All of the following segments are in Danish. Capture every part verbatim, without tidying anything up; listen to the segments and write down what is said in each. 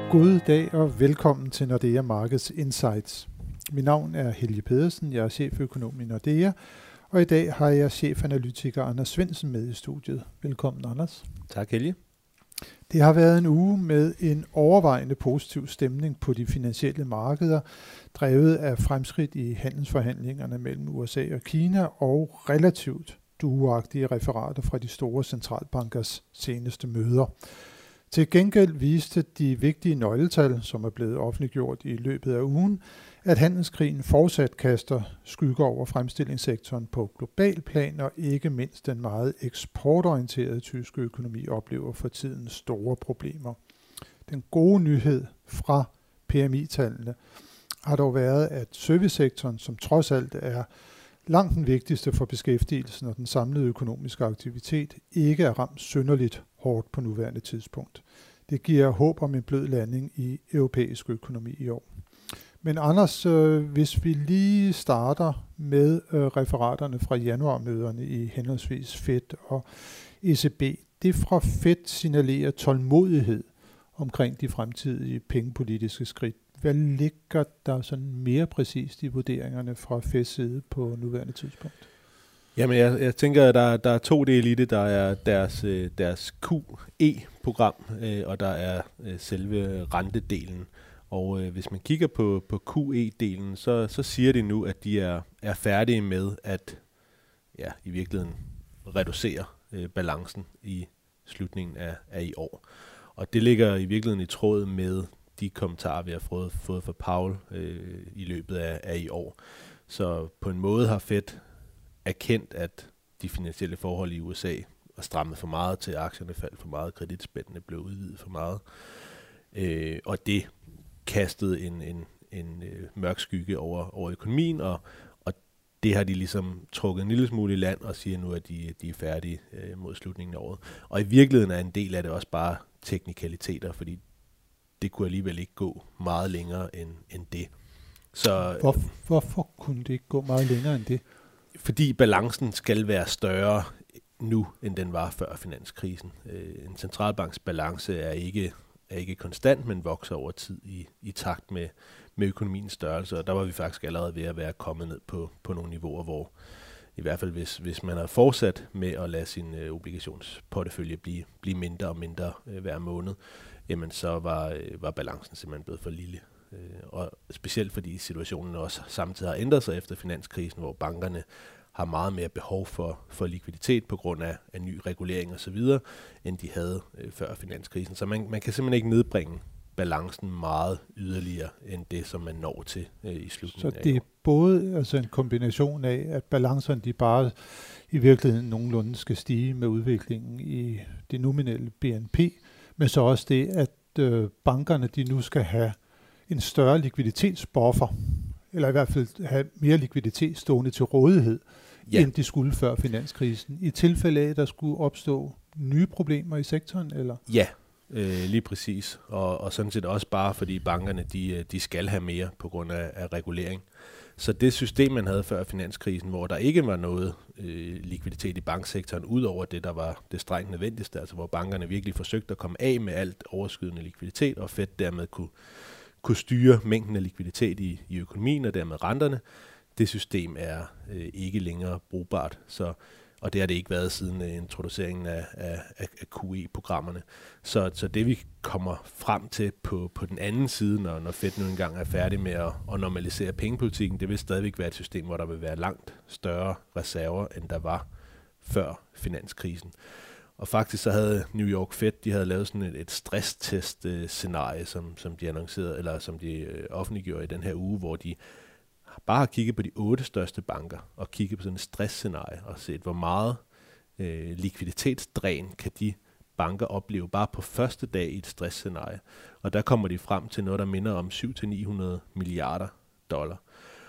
God dag og velkommen til Nordea Markets Insights. Mit navn er Helge Pedersen, jeg er cheføkonom i Nordea, og i dag har jeg chefanalytiker Anders Svendsen med i studiet. Velkommen, Anders. Tak, Helge. Det har været en uge med en overvejende positiv stemning på de finansielle markeder, drevet af fremskridt i handelsforhandlingerne mellem U S A og Kina og relativt dueagtige referater fra de store centralbankers seneste møder. Til gengæld viste de vigtige nøgletal, som er blevet offentliggjort i løbet af ugen, at handelskrigen fortsat kaster skygger over fremstillingssektoren på global plan, og ikke mindst den meget eksportorienterede tyske økonomi oplever for tiden store problemer. Den gode nyhed fra P M I-tallene har dog været, at servicesektoren, som trods alt er langt den vigtigste for beskæftigelsen og den samlede økonomiske aktivitet, ikke er ramt synderligt hårdt på nuværende tidspunkt. Det giver håb om en blød landing i europæisk økonomi i år. Men Anders, øh, hvis vi lige starter med øh, referaterne fra januarmøderne i henholdsvis Fed og E C B. Det fra Fed signalerer tålmodighed omkring de fremtidige pengepolitiske skridt. Hvad ligger der sådan mere præcist i vurderingerne fra Feds side på nuværende tidspunkt? Jamen, jeg, jeg tænker, at der, der er to dele i det. Der er deres, deres Q E-program, øh, og der er øh, selve rentedelen. Og øh, hvis man kigger på, på Q E-delen, så, så siger de nu, at de er, er færdige med at ja, i virkeligheden reducere øh, balancen i slutningen af, af i år. Og det ligger i virkeligheden i tråd med de kommentarer, vi har fået, fået fra Powell øh, i løbet af, af i år. Så på en måde har Fed erkendt, at de finansielle forhold i U S A er strammet for meget til, aktierne faldt for meget, kreditspændene blev udvidet for meget. Øh, og det kastede en, en, en øh, mørk skygge over, over økonomien, og, og det har de ligesom trukket en lille smule i land og siger nu, at de, de er færdige øh, mod slutningen af året. Og i virkeligheden er en del af det også bare teknikaliteter, fordi det kunne alligevel ikke gå meget længere end, end det. Så, Hvor, hvorfor kunne det ikke gå meget længere end det? Fordi balancen skal være større nu, end den var før finanskrisen. En centralbanks balance er ikke, er ikke konstant, men vokser over tid i, i takt med, med økonomiens størrelse. Og der var vi faktisk allerede ved at være kommet ned på, på nogle niveauer, hvor i hvert fald hvis, hvis man har fortsat med at lade sin øh, obligationsportefølje blive, blive mindre og mindre øh, hver måned, jamen så var, øh, var balancen simpelthen blevet for lille. Øh, og specielt fordi situationen også samtidig har ændret sig efter finanskrisen, hvor bankerne har meget mere behov for, for likviditet på grund af, af ny regulering osv., end de havde øh, før finanskrisen. Så man, man kan simpelthen ikke nedbringe balancen meget yderligere end det, som man når til øh, i slutningen. Så det er både altså en kombination af, at balancerne de bare i virkeligheden nogenlunde skal stige med udviklingen i det nominelle B N P, men så også det, at øh, bankerne de nu skal have en større likviditetsbuffer, eller i hvert fald have mere likviditet stående til rådighed, ja, end de skulle før finanskrisen. I tilfælde af, at der skulle opstå nye problemer i sektoren, eller? Ja, øh, lige præcis. Og, og sådan set også bare, fordi bankerne de, de skal have mere på grund af, af regulering. Så det system, man havde før finanskrisen, hvor der ikke var noget øh, likviditet i banksektoren, ud over det, der var det strengt nødvendigste, altså hvor bankerne virkelig forsøgte at komme af med alt overskydende likviditet, og Fed dermed kunne kunne styre mængden af likviditet i, i økonomien og dermed renterne. Det system er øh, ikke længere brugbart, så, og det har det ikke været siden øh, introduceringen af, af, af Q E-programmerne. Så, så det vi kommer frem til på, på den anden side, når, når Fed nu engang er færdig med at, at normalisere pengepolitikken, det vil stadigvæk være et system, hvor der vil være langt større reserver, end der var før finanskrisen. Og faktisk så havde New York Fed, de havde lavet sådan et, et stresstest-scenarie, som, som de annoncerede, eller som de øh, offentliggjorde i den her uge, hvor de bare har kigget på de otte største banker, og kigget på sådan et stressscenarie, og set, hvor meget øh, likviditetsdræn kan de banker opleve bare på første dag i et stressscenarie. Og der kommer de frem til noget, der minder om syv til ni hundrede milliarder dollar.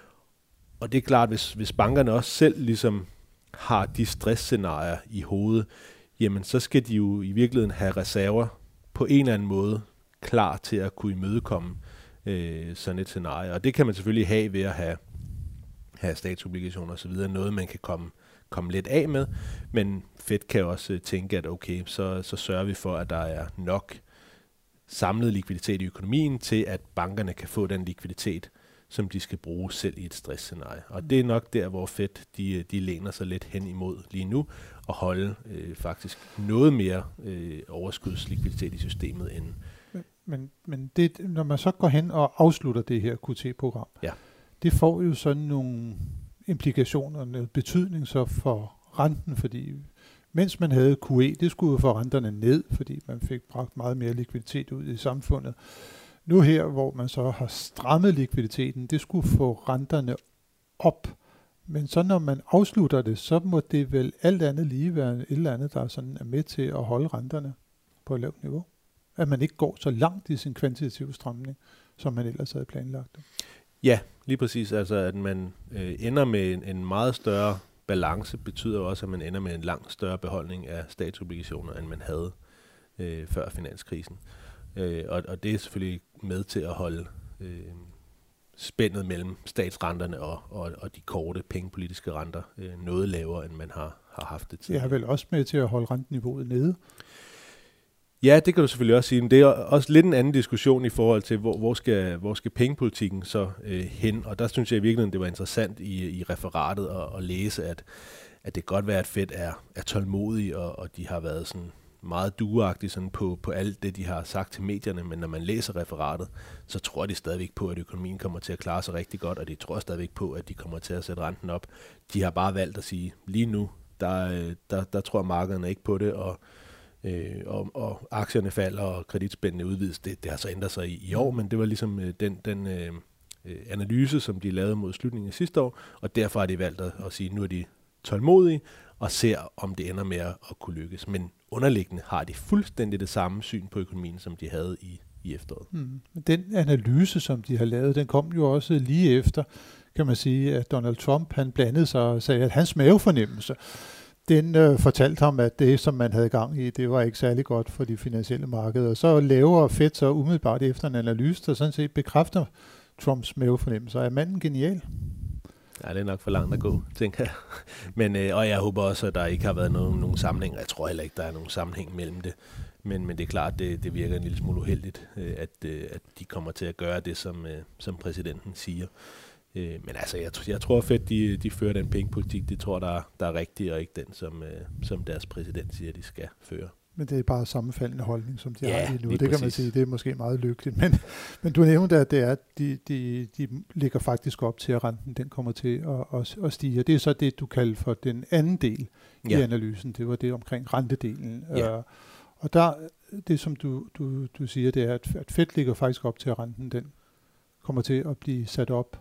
Og det er klart, hvis, hvis bankerne også selv ligesom har de stressscenarier i hovedet, jamen så skal de jo i virkeligheden have reserver på en eller anden måde klar til at kunne imødekomme øh, sådan et scenarie. Og det kan man selvfølgelig have ved at have, have statsobligationer og så videre, noget man kan komme, komme lidt af med, men Fed kan også tænke, at okay, så, så sørger vi for, at der er nok samlet likviditet i økonomien til, at bankerne kan få den likviditet, som de skal bruge selv i et stressscenarie. Og det er nok der, hvor Fed de, de læner sig lidt hen imod lige nu, og holde øh, faktisk noget mere øh, overskudslikviditet i systemet end... Men, men, men det, når man så går hen og afslutter det her Q T-program, ja. det får jo sådan nogle implikationer, noget betydning så for renten, fordi mens man havde Q E, det skulle jo få renterne ned, fordi man fik bragt meget mere likviditet ud i samfundet. Nu her, hvor man så har strammet likviditeten, det skulle få renterne op. Men så når man afslutter det, så må det vel alt andet lige være et eller andet, der sådan er med til at holde renterne på et lavt niveau. At man ikke går så langt i sin kvantitative stramning, som man ellers havde planlagt det. Ja, lige præcis. Altså, at man øh, ender med en, en meget større balance, betyder også, at man ender med en langt større beholdning af statsobligationer, end man havde øh, før finanskrisen. Øh, og, og det er selvfølgelig med til at holde øh, spændet mellem statsrenterne og, og, og de korte pengepolitiske renter øh, noget lavere, end man har, har haft det tidligere. Det er vel også med til at holde renteniveauet nede? Ja, det kan du selvfølgelig også sige, men det er også lidt en anden diskussion i forhold til, hvor, hvor, skal, hvor skal pengepolitikken så øh, hen, og der synes jeg i virkeligheden, det var interessant i, i referatet at, at læse, at, at det kan godt være, at Fed er, er tålmodige, og, og de har været sådan meget dueagtige sådan på, på alt det, de har sagt til medierne, men når man læser referatet, så tror de stadigvæk på, at økonomien kommer til at klare sig rigtig godt, og de tror stadigvæk på, at de kommer til at sætte renten op. De har bare valgt at sige, lige nu, der, der, der tror markederne ikke på det, og Øh, og, og aktierne falder, og kreditspændene udvides. Det, det har så ændret sig i, i år, men det var ligesom øh, den, den øh, analyse, som de lavede mod slutningen af sidste år, og derfor har de valgt at, at sige, at nu er de tålmodige, og ser, om det ender med at kunne lykkes. Men underliggende har de fuldstændig det samme syn på økonomien, som de havde i, i efteråret. Mm. Den analyse, som de har lavet, den kom jo også lige efter, kan man sige, at Donald Trump, han blandede sig og sagde, at hans mavefornemmelse, den øh, fortalte ham, at det, som man havde gang i, det var ikke særlig godt for de finansielle markeder. Så laver Fed så umiddelbart efter en analyse, der sådan set bekræfter Trumps mavefornemmelser. Er manden genial? Ja, det er nok for langt at gå, tænker jeg. Men, øh, og jeg håber også, at der ikke har været nogen, nogen sammenhæng. Jeg tror heller ikke, der er nogen sammenhæng mellem det. Men, men det er klart, det, det virker en lille smule uheldigt, øh, at, øh, at de kommer til at gøre det, som, øh, som præsidenten siger. Men altså, jeg, jeg tror fedt, de, de fører den pengepolitik, de tror, der, der er rigtig, og ikke den, som, øh, som deres præsident siger, de skal føre. Men det er bare sammenfaldende holdning, som de ja, har lige nu. Lige det præcis. Kan man sige, det er måske meget lykkeligt. Men, men du nævnte, at det er, de, de, de ligger faktisk op til, at renten den kommer til at, at, at stige. Det er så det, du kalder for den anden del ja. i analysen. Det var det omkring rentedelen. Ja. Uh, og der, det som du, du, du siger, det er, at, at Fed ligger faktisk op til, at renten den kommer til at blive sat op.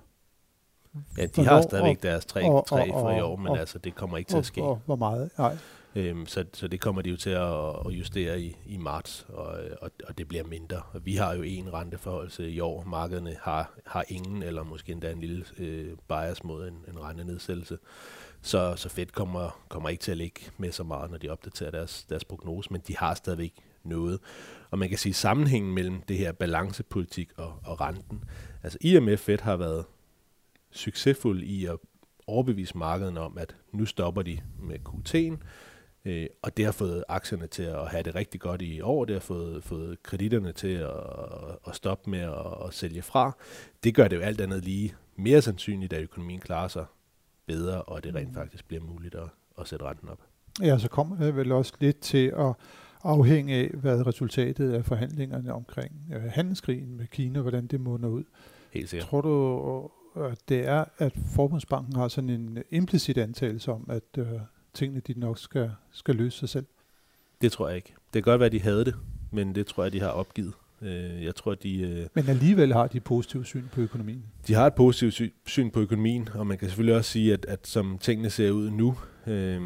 Ja, de har stadigvæk deres tre for i år, men og, altså det kommer ikke til og, at ske. Og, hvor meget? Nej. Øhm, så, så det kommer de jo til at, at justere i, i marts, og, og, og det bliver mindre. Og vi har jo en renteforholdelse i år. Markederne har, har ingen, eller måske endda en lille øh, bias mod en, en rentenedsættelse. Så, så Fed kommer, kommer ikke til at ligge med så meget, når de opdaterer deres, deres prognose, men de har stadigvæk noget. Og man kan sige sammenhængen mellem det her balancepolitik og, og renten. Altså I M F Fed har været succesfuld i at overbevise markederne om, at nu stopper de med Q T'en, øh, og det har fået aktierne til at have det rigtig godt i år, det har fået, fået kreditterne til at, at stoppe med at, at sælge fra. Det gør det jo alt andet lige mere sandsynligt, at økonomien klarer sig bedre, og det rent faktisk bliver muligt at, at sætte renten op. Ja, så kommer det vel også lidt til at afhænge af, hvad resultatet af forhandlingerne omkring øh, handelskrigen med Kina, hvordan det munder ud. Helt sikkert. Tror du, at det er, at Forbundsbanken har sådan en implicit antagelse om, at øh, tingene de nok skal, skal løse sig selv? Det tror jeg ikke. Det kan godt være, at de havde det, men det tror jeg, de har opgivet. Jeg tror, de... Øh, men alligevel har de positivt syn på økonomien? De har et positivt sy- syn på økonomien, og man kan selvfølgelig også sige, at, at som tingene ser ud nu, øh,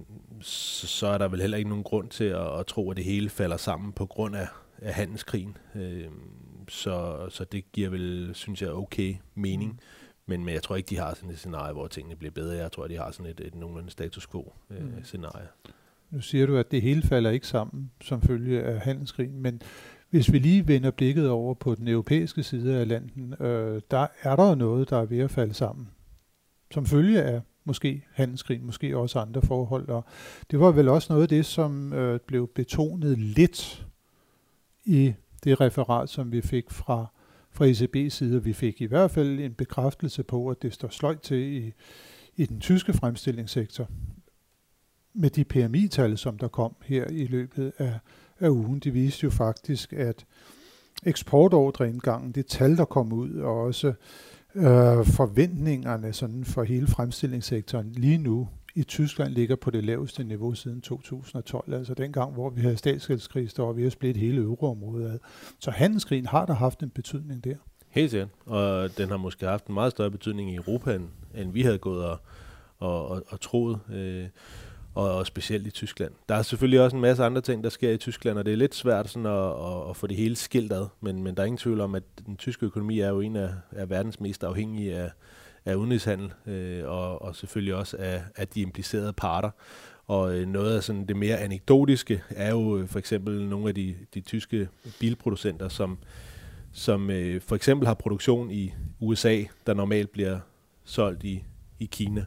så, så er der vel heller ikke nogen grund til at, at tro, at det hele falder sammen på grund af, af handelskrigen. Øh, så, så det giver vel, synes jeg, okay mening. Mm. Men, men jeg tror ikke, de har sådan et scenarie, hvor tingene bliver bedre. Jeg tror, de har sådan et, et nogenlunde status quo-scenarie. Øh, mm. Nu siger du, at det hele falder ikke sammen som følge af handelskrigen, men hvis vi lige vender blikket over på den europæiske side af landet, øh, der er der noget, der er ved at falde sammen. Som følge af måske handelskrigen, måske også andre forhold. Og det var vel også noget af det, som øh, blev betonet lidt i det referat, som vi fik fra, fra E C B's side. Vi fik i hvert fald en bekræftelse på, at det står sløjt til i, i den tyske fremstillingssektor. Med de P M I-tal, som der kom her i løbet af, af ugen, de viste jo faktisk, at eksportordreindgangen, det tal, der kom ud, og også øh, forventningerne sådan for hele fremstillingssektoren lige nu i Tyskland ligger på det laveste niveau siden to tusind og tolv, altså dengang, hvor vi havde statsgældskrise, der var ved at splitte hele euroområdet ad. Så handelskrigen har der haft en betydning der. Helt sikkert, og den har måske haft en meget større betydning i Europa, end, end vi havde gået og, og, og, og troet, øh, og, og specielt i Tyskland. Der er selvfølgelig også en masse andre ting, der sker i Tyskland, og det er lidt svært sådan at, at, at få det hele skilt ad, men, men der er ingen tvivl om, at den tyske økonomi er jo en af, af verdens mest afhængige af af udenrigshandel, øh, og, og selvfølgelig også af, af de implicerede parter. Og øh, noget af sådan det mere anekdotiske er jo øh, for eksempel nogle af de, de tyske bilproducenter, som, som øh, for eksempel har produktion i U S A, der normalt bliver solgt i, i Kina.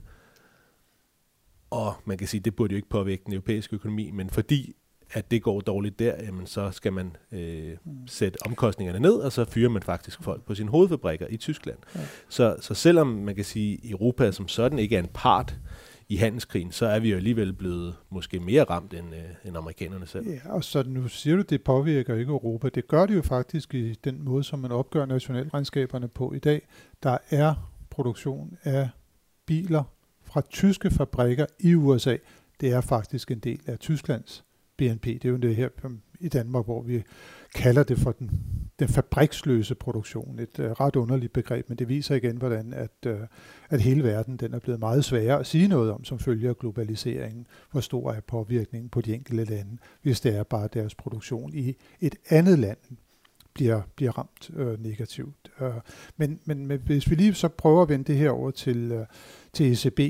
Og man kan sige, at det burde jo ikke påvirke den europæiske økonomi, men fordi at det går dårligt der, jamen så skal man øh, sætte omkostningerne ned, og så fyrer man faktisk folk på sine hovedfabrikker i Tyskland. Ja. Så, så selvom man kan sige, at Europa som sådan ikke er en part i handelskrigen, så er vi jo alligevel blevet måske mere ramt end, øh, end amerikanerne selv. Ja, og så nu siger du, at det påvirker ikke Europa. Det gør det jo faktisk i den måde, som man opgør nationalregnskaberne på i dag. Der er produktion af biler fra tyske fabrikker i U S A. Det er faktisk en del af Tysklands B N P. Det er jo det her i Danmark, hvor vi kalder det for den, den fabriksløse produktion. Et uh, ret underligt begreb, men det viser igen, hvordan at, uh, at hele verden den er blevet meget sværere at sige noget om, som følger af globaliseringen. Hvor stor er påvirkningen på de enkelte lande, hvis det er bare deres produktion i et andet land bliver, bliver ramt uh, negativt. Uh, men, men, men hvis vi lige så prøver at vende det her over til, uh, til E C B,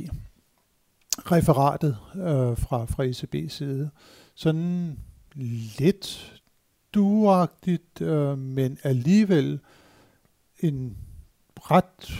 referatet uh, fra, fra E C B's side, sådan lidt duagtigt, øh, men alligevel en ret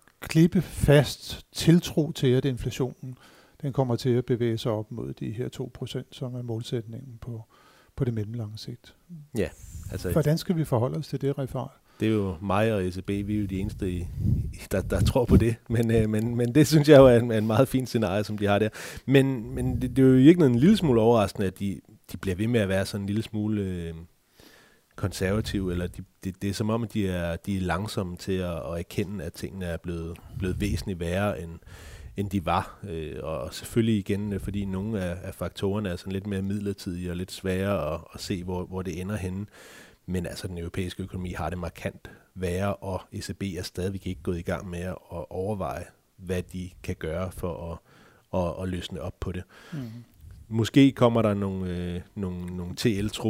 klippefast tiltro til, at inflationen den kommer til at bevæge sig op mod de her to procent, som er målsætningen på, på det mellemlange sigt. Ja, altså, hvordan skal vi forholde os til det referat? Det er jo mig og E C B, vi er jo de eneste, i, der, der tror på det. Men, øh, men, men det synes jeg jo er en, er en meget fin scenarie, som de har der. Men, men det, det er jo ikke en lille smule overraskende, at de, de bliver ved med at være sådan en lille smule øh, konservative, eller de, det, det er som om, at de er, de er langsomme til at, at erkende, at tingene er blevet, blevet væsentligt værre, end, end de var. Øh, og selvfølgelig igen, fordi nogle af, af faktorerne er sådan lidt mere midlertidige og lidt sværere at, at se, hvor, hvor det ender henne. Men altså, den europæiske økonomi har det markant værre, og E C B er stadigvæk ikke gået i gang med at overveje, hvad de kan gøre for at, at, at løsne op på det. Mm. Måske kommer der nogle, øh, nogle, nogle T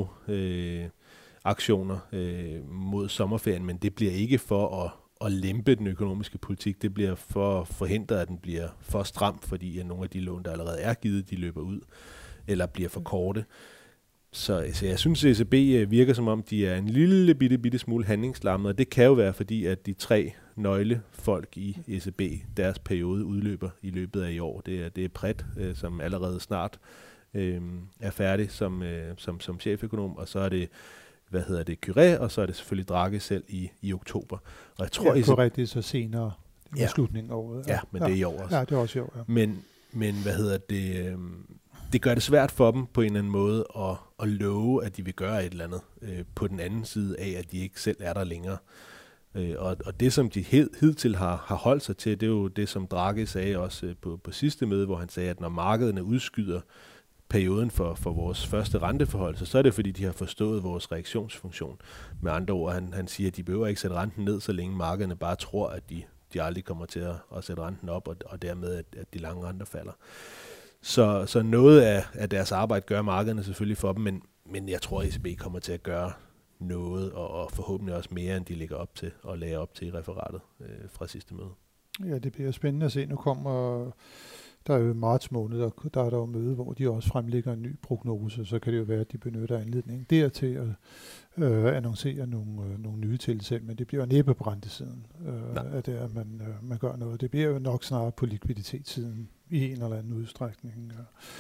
L-tro-aktioner øh, øh, mod sommerferien, men det bliver ikke for at, at lempe den økonomiske politik. Det bliver for at forhindre, at den bliver for stram, fordi at nogle af de lån, der allerede er givet, de løber ud, eller bliver for korte. Så, så jeg synes, at E C B virker som om, de er en lille bitte, bitte smule handlingslammet, og det kan jo være, fordi at de tre nøglefolk i E C B, deres periode udløber i løbet af i år. Det er, det er Pret, øh, som allerede snart øh, er færdig som, øh, som, som cheføkonom, og så er det, hvad hedder det, Curé, og så er det selvfølgelig Draghi selv i, i oktober. Og jeg tror, ja, Curé, det er så senere i ja. slutningen af året. Ja, ja, men ja. det er i år også. Ja, det er også i år, ja. Men, men hvad hedder det... Øh, Det gør det svært for dem på en eller anden måde at, at love, at de vil gøre et eller andet øh, på den anden side af, at de ikke selv er der længere. Øh, og, og det, som de hed, hidtil har, har holdt sig til, det er jo det, som Draghi sagde også øh, på, på sidste møde, hvor han sagde, at når markederne udskyder perioden for, for vores første renteforhold, så er det, fordi de har forstået vores reaktionsfunktion. Med andre ord, han, han siger, at de behøver ikke sætte renten ned, så længe markederne bare tror, at de, de aldrig kommer til at, at sætte renten op, og, og dermed, at, at de lange renter falder. Så, så noget af, af deres arbejde gør markederne selvfølgelig for dem, men, men jeg tror, at E C B kommer til at gøre noget, og, og forhåbentlig også mere, end de lægger op til, og lagde op til i referatet øh, fra sidste møde. Ja, det bliver spændende at se. Nu kommer, der er jo marts måned, der, der er der jo møde, hvor de også fremlægger en ny prognose, så kan det jo være, at de benytter anledningen der til at øh, annoncere nogle, øh, nogle nye tiltag, men det bliver jo næppe på rentesiden, øh, at, det er, at man, øh, man gør noget. Det bliver jo nok snarere på likviditetssiden i en eller anden udstrækning.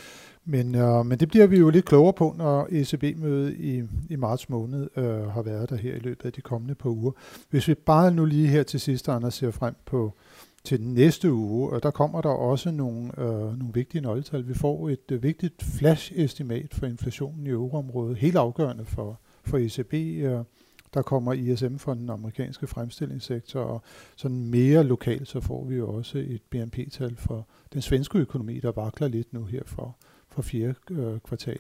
Men, øh, men det bliver vi jo lidt klogere på, når E C B-mødet i, i marts måned øh, har været der her i løbet af de kommende par uger. Hvis vi bare nu lige her til sidst, Anders, ser frem på til den næste uge, og der kommer der også nogle, øh, nogle vigtige nøgletal. Vi får et øh, vigtigt flash-estimat for inflationen i euroområdet, helt afgørende for, for E C B. Øh, der kommer I S M fra den amerikanske fremstillingssektor, og sådan mere lokalt, så får vi jo også et B N P-tal for den svenske økonomi, der vakler lidt nu her for, for fjerde øh, kvartal.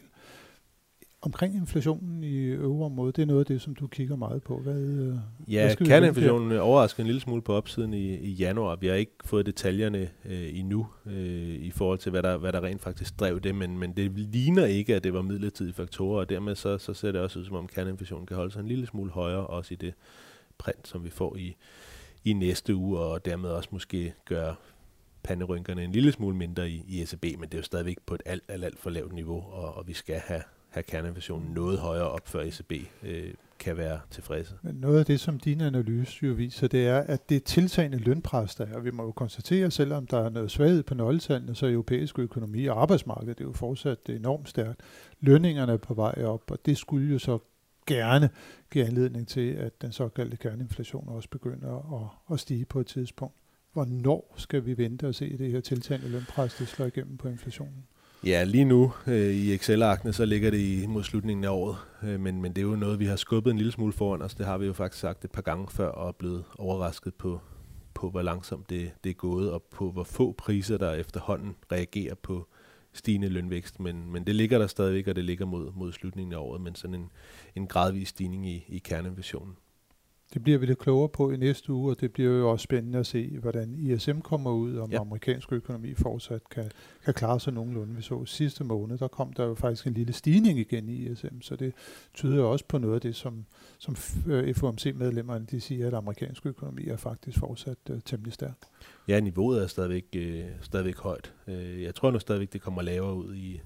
Omkring inflationen i euroområdet, det er noget af det, som du kigger meget på. Hvad, øh, ja, kerneinflationen overrasker en lille smule på opsiden i, i januar. Vi har ikke fået detaljerne øh, endnu øh, i forhold til, hvad der, hvad der rent faktisk drev det, men, men det ligner ikke, at det var midlertidige faktorer, og dermed så, så ser det også ud, som om kerneinflationen kan holde sig en lille smule højere, også i det print, som vi får i, i næste uge, og dermed også måske gøre panderynkerne en lille smule mindre i, i E C B, men det er jo stadigvæk på et alt, alt, alt for lavt niveau, og, og vi skal have have kerneinflationen noget højere op, før E C B øh, kan være tilfredse. Men noget af det, som din analyse jo viser, det er, at det tiltagende lønpres, der er, og vi må jo konstatere, selvom der er noget svaghed på nøgletallene, så er europæisk økonomi og arbejdsmarkedet det er jo fortsat enormt stærkt. Lønningerne er på vej op, og det skulle jo så gerne give anledning til, at den såkaldte kerneinflation også begynder at, at stige på et tidspunkt. Hvornår skal vi vente og se det her tiltagende lønpres, det slår igennem på inflationen? Ja, lige nu øh, i Excel-arkene, så ligger det i, mod slutningen af året, øh, men, men det er jo noget, vi har skubbet en lille smule foran os. Det har vi jo faktisk sagt et par gange før, og er blevet overrasket på, på hvor langsomt det, det er gået, og på hvor få priser, der efterhånden reagerer på stigende lønvækst. Men, men det ligger der stadigvæk, og det ligger mod, mod slutningen af året, men sådan en, en gradvis stigning i, i kerneinflationen. Det bliver vi lidt klogere på i næste uge, og det bliver jo også spændende at se, hvordan I S M kommer ud, om ja. amerikansk økonomi fortsat kan, kan klare sig nogenlunde. Vi så sidste måned, der kom der jo faktisk en lille stigning igen i I S M, så det tyder også på noget af det, som, som F O M C-medlemmerne de siger, at amerikansk økonomi er faktisk fortsat uh, temmelig stærk. Ja, niveauet er stadigvæk, øh, stadigvæk højt. Øh, jeg tror nu stadigvæk, det kommer lavere ud i,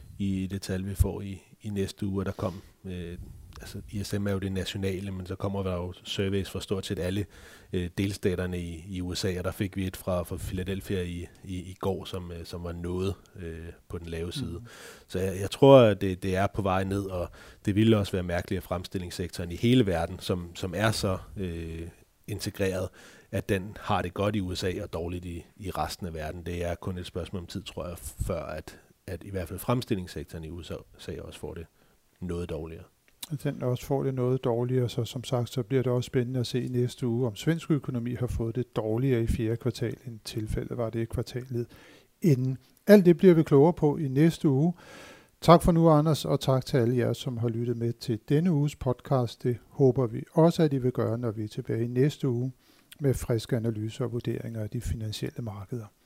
i det tal, vi får i, i næste uge, og der kom... Øh, Altså, I S M er jo det nationale, men så kommer der jo surveys fra stort set alle øh, delstaterne i, i U S A, og der fik vi et fra, fra Philadelphia i, i, i går, som, øh, som var noget øh, på den lave side. Mm. Så jeg, jeg tror, at det, det er på vej ned, og det ville også være mærkeligt, at fremstillingssektoren i hele verden, som, som er så øh, integreret, at den har det godt i U S A og dårligt i, i resten af verden. Det er kun et spørgsmål om tid, tror jeg, før at, at i hvert fald fremstillingssektoren i U S A også får det noget dårligere. Den også får det noget dårligere, så som sagt, så bliver det også spændende at se i næste uge, om svensk økonomi har fået det dårligere i fjerde kvartal, end tilfældet var det i kvartalet inden. Alt det bliver vi klogere på i næste uge. Tak for nu, Anders, og tak til alle jer, som har lyttet med til denne uges podcast. Det håber vi også, at I vil gøre, når vi er tilbage i næste uge med friske analyser og vurderinger af de finansielle markeder.